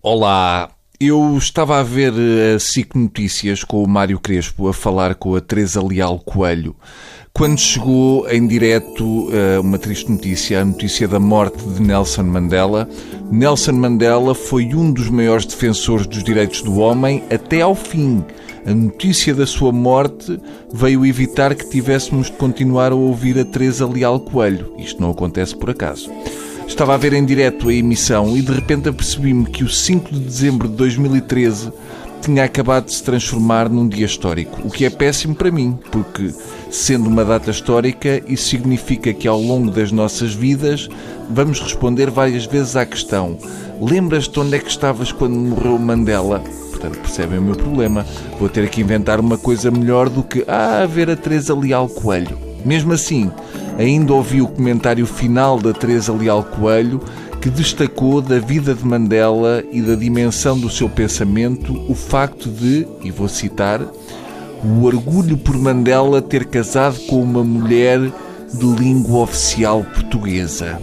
Olá, eu estava a ver a SIC Notícias com o Mário Crespo a falar com a Teresa Leal Coelho, quando chegou em direto uma triste notícia, a notícia da morte de Nelson Mandela. Nelson Mandela foi um dos maiores defensores dos direitos do homem até ao fim. A notícia da sua morte veio evitar que tivéssemos de continuar a ouvir a Teresa Leal Coelho. Isto não acontece por acaso. Estava a ver em direto a emissão e de repente apercebi-me que o 5 de dezembro de 2013 tinha acabado de se transformar num dia histórico, o que é péssimo para mim, porque, sendo uma data histórica, isso significa que ao longo das nossas vidas vamos responder várias vezes à questão: lembras-te onde é que estavas quando morreu Mandela? Portanto, percebem o meu problema. Vou ter que inventar uma coisa melhor do que ver a Teresa Leal Coelho. Mesmo assim, ainda ouvi o comentário final da Teresa Leal Coelho, que destacou da vida de Mandela e da dimensão do seu pensamento o facto de, e vou citar, o orgulho por Mandela ter casado com uma mulher de língua oficial portuguesa.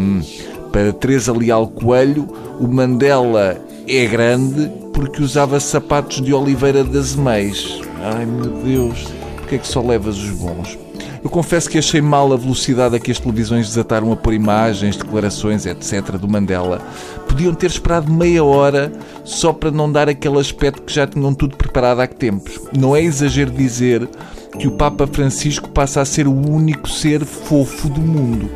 Para Teresa Leal Coelho, o Mandela é grande porque usava sapatos de Oliveira das Meias. Ai meu Deus, porque é que só levas os bons? Eu confesso que achei mal a velocidade a que as televisões desataram a pôr imagens, declarações, etc. do Mandela. Podiam ter esperado meia hora só para não dar aquele aspecto que já tinham tudo preparado há que tempos. Não é exagero dizer que o Papa Francisco passa a ser o único ser fofo do mundo.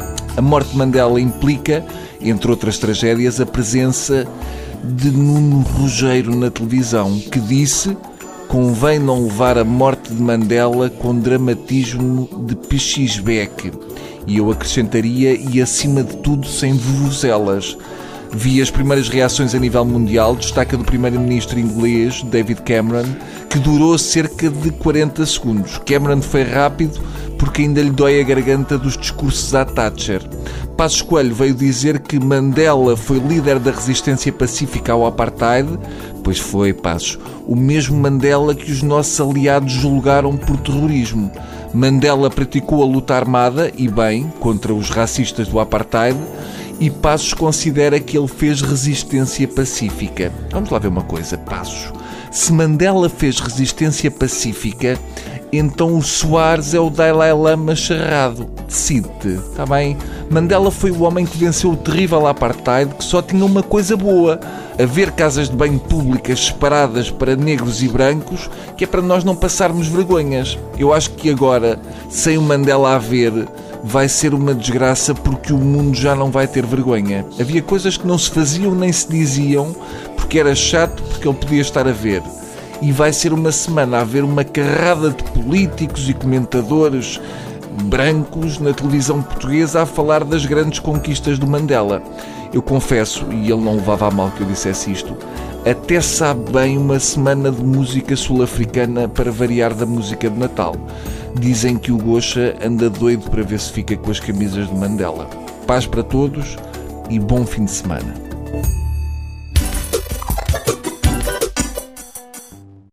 A morte de Mandela implica, entre outras tragédias, a presença de Nuno Rogério na televisão, que disse: convém não levar a morte de Mandela com dramatismo de pechisbeque. E eu acrescentaria, e acima de tudo, sem vuvuzelas. Vi as primeiras reações a nível mundial, destaca do primeiro-ministro inglês, David Cameron, que durou cerca de 40 segundos. Cameron foi rápido porque ainda lhe dói a garganta dos discursos à Thatcher. Passos Coelho veio dizer que Mandela foi líder da resistência pacífica ao apartheid. Pois foi, Passos, o mesmo Mandela que os nossos aliados julgaram por terrorismo. Mandela praticou a luta armada, e bem, contra os racistas do apartheid, e Passos considera que ele fez resistência pacífica. Vamos lá ver uma coisa, Passos. Se Mandela fez resistência pacífica, então o Soares é o Dalai Lama charrado. Decide-te, está bem? Mandela foi o homem que venceu o terrível apartheid, que só tinha uma coisa boa: haver casas de banho públicas separadas para negros e brancos, que é para nós não passarmos vergonhas. Eu acho que agora, sem o Mandela haver, vai ser uma desgraça, porque o mundo já não vai ter vergonha. Havia coisas que não se faziam nem se diziam, porque era chato, porque ele podia estar a ver. E vai ser uma semana a haver uma carrada de políticos e comentadores brancos na televisão portuguesa a falar das grandes conquistas do Mandela. Eu confesso, e ele não levava a mal que eu dissesse isto, até sabe bem uma semana de música sul-africana para variar da música de Natal. Dizem que o Gocha anda doido para ver se fica com as camisas de Mandela. Paz para todos e bom fim de semana.